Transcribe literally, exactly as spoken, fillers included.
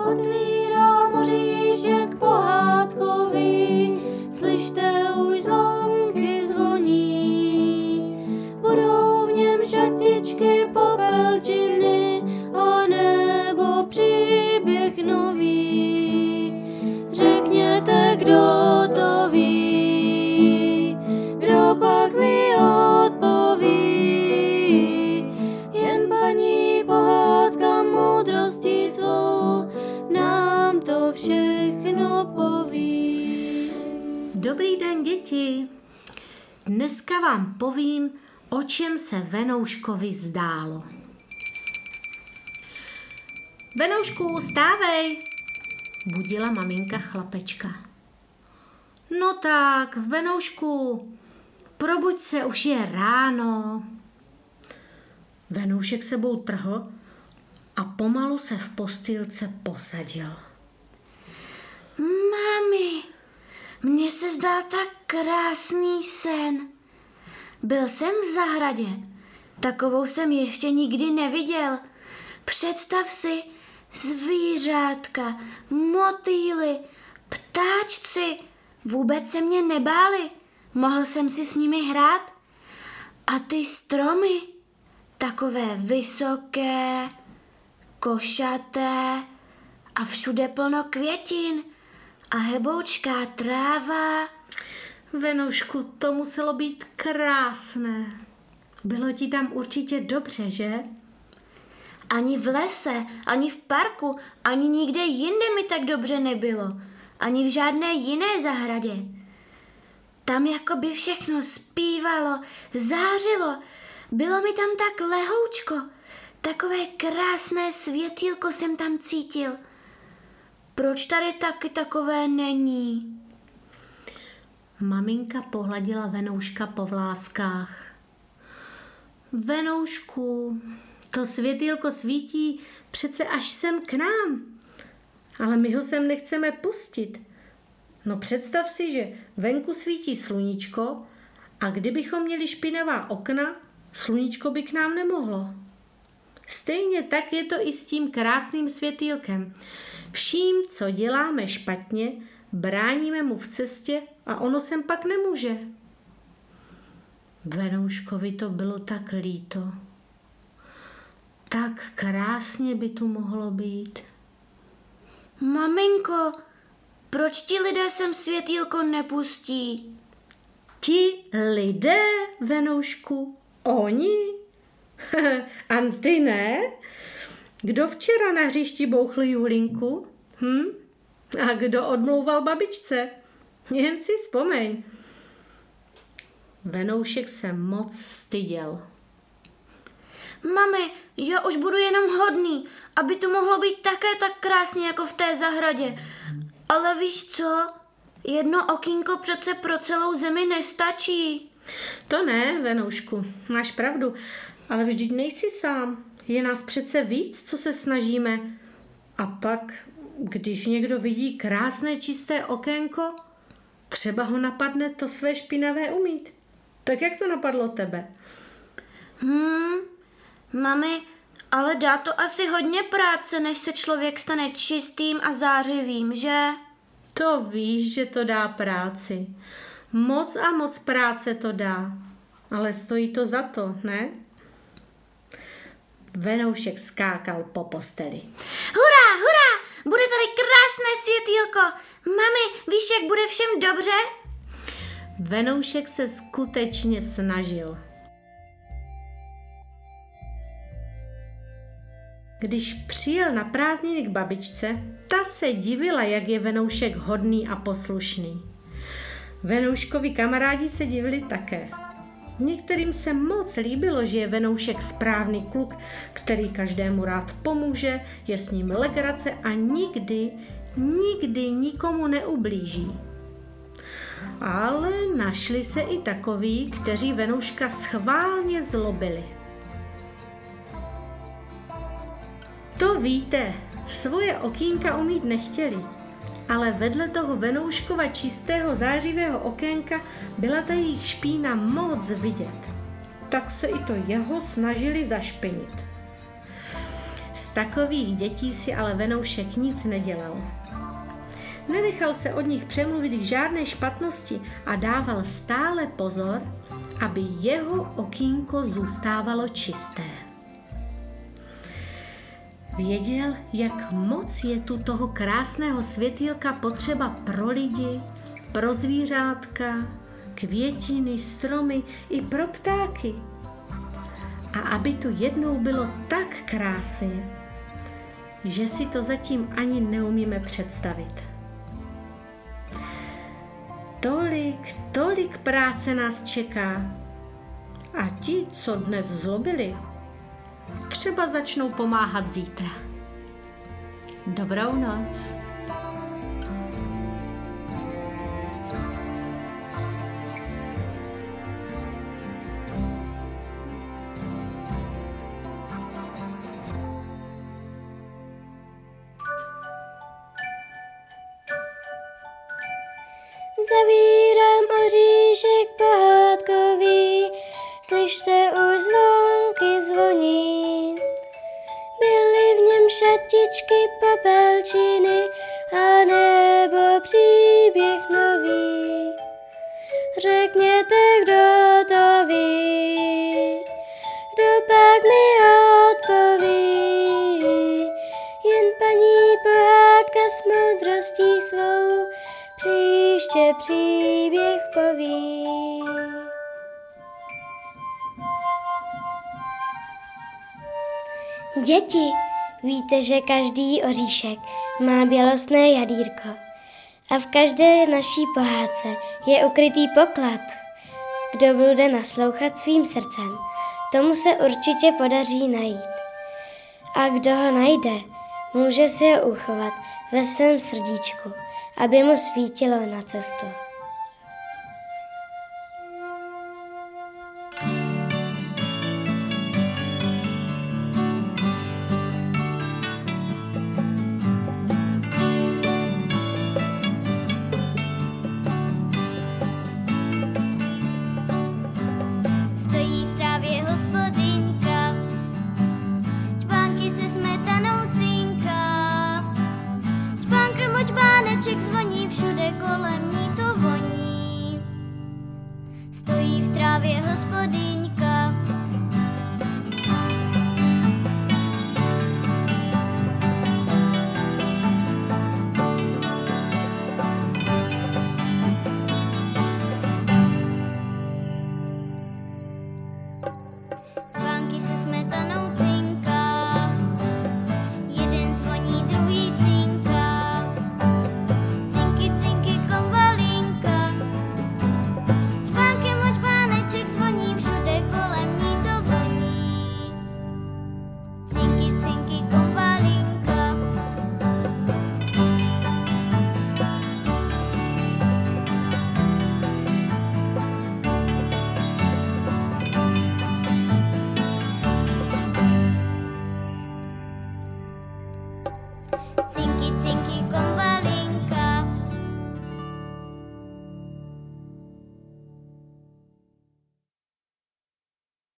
otvírá moříšek pohádkový, slyšte už zvonky zvoní. Budou v něm šatičky, popelčiny a nebo příběh nový. Řekněte, kdo to ví, kdo pak mi odpoví. Jen paní pohádka moudrostí svou nám to všechno poví. Dobrý den, děti. Dneska vám povím, o čem se Venouškovi zdálo. Venoušku, stávej, budila maminka chlapečka. No tak, Venoušku, probuď se, už je ráno. Venoušek sebou trhl a pomalu se v postýlce posadil. Mami, mně se zdál tak krásný sen. Byl jsem v zahradě, takovou jsem ještě nikdy neviděl. Představ si, zvířátka, motýly, ptáčci, vůbec se mě nebáli, mohl jsem si s nimi hrát. A ty stromy, takové vysoké, košaté a všude plno květin a heboučká tráva. Venoušku, to muselo být krásné. Bylo ti tam určitě dobře, že? Ani v lese, ani v parku, ani nikde jinde mi tak dobře nebylo. Ani v žádné jiné zahradě. Tam jako by všechno zpívalo, zářilo. Bylo mi tam tak lehoučko. Takové krásné světýlko jsem tam cítil. Proč tady taky takové není? Maminka pohladila Venouška po vláskách. Venoušku, to světýlko svítí přece až sem k nám, ale my ho sem nechceme pustit. No představ si, že venku svítí sluníčko a kdybychom měli špinavá okna, sluníčko by k nám nemohlo. Stejně tak je to i s tím krásným světýlkem. Vším, co děláme špatně, bráníme mu v cestě a ono sem pak nemůže. Venouškovi to bylo tak líto. Tak krásně by tu mohlo být. Maminko, proč ti lidé sem světýlko nepustí? Ti lidé, Venoušku? Oni? A ty ne? Kdo včera na hřišti bouchl Julinku? Hm? A kdo odmlouval babičce? Jen si vzpomeň. Venoušek se moc styděl. Mami, já už budu jenom hodný, aby to mohlo být také tak krásně jako v té zahradě. Ale víš co? Jedno okýnko přece pro celou zemi nestačí. To ne, Venoušku, máš pravdu, ale vždyť nejsi sám. Je nás přece víc, co se snažíme. A pak, když někdo vidí krásné čisté okénko, třeba ho napadne to své špinavé umýt. Tak jak to napadlo tebe? Hmm, mami, ale dá to asi hodně práce, než se člověk stane čistým a zářivým, že? To víš, že to dá práci. Moc a moc práce to dá. Ale stojí to za to, ne? Venoušek skákal po posteli. Hurá, hurá, bude tady krásné světýlko. Mami, víš, jak bude všem dobře? Venoušek se skutečně snažil. Když přijel na prázdniny k babičce, ta se divila, jak je Venoušek hodný a poslušný. Venouškovi kamarádi se divili také. Některým se moc líbilo, že je Venoušek správný kluk, který každému rád pomůže, je s ním legrace a nikdy, nikdy nikomu neublíží. Ale našli se i takoví, kteří Venouška schválně zlobili. To víte, svoje okýnka umýt nechtěli, ale vedle toho Venouškova čistého zářivého okénka byla ta jejich špína moc vidět. Tak se i to jeho snažili zašpinit. takových dětí si ale Venoušek nic nedělal. Nenechal se od nich přemluvit k žádné špatnosti a dával stále pozor, aby jeho okýnko zůstávalo čisté. Věděl, jak moc je tu toho krásného světýlka potřeba pro lidi, pro zvířátka, květiny, stromy i pro ptáky. A aby tu jednou bylo tak krásně, že si to zatím ani neumíme představit. Tolik, tolik práce nás čeká. A ti, co dnes zlobili, třeba začnou pomáhat zítra. Dobrou noc. Zavírám oříšek pohádkový, slyšte už zvonky zvoní. Byly v něm šatičky, popelčiny a nebo příběh nový. Řekněte, kdo to ví, kdo pak mi odpoví. Jen paní pohádka s moudrostí svou příště příběh poví. Děti, víte, že každý oříšek má bělostné jadírko a v každé naší pohádce je ukrytý poklad. Kdo bude naslouchat svým srdcem, tomu se určitě podaří najít. A kdo ho najde, může si ho uchovat ve svém srdíčku, aby mu svítilo na cestu. Stojí v trávě hospodyňka, čbánky se smetanou cinká. Čbánkem o čbáneček zvoní, všude kolem ní to voní. Stojí v trávě hospodyňka,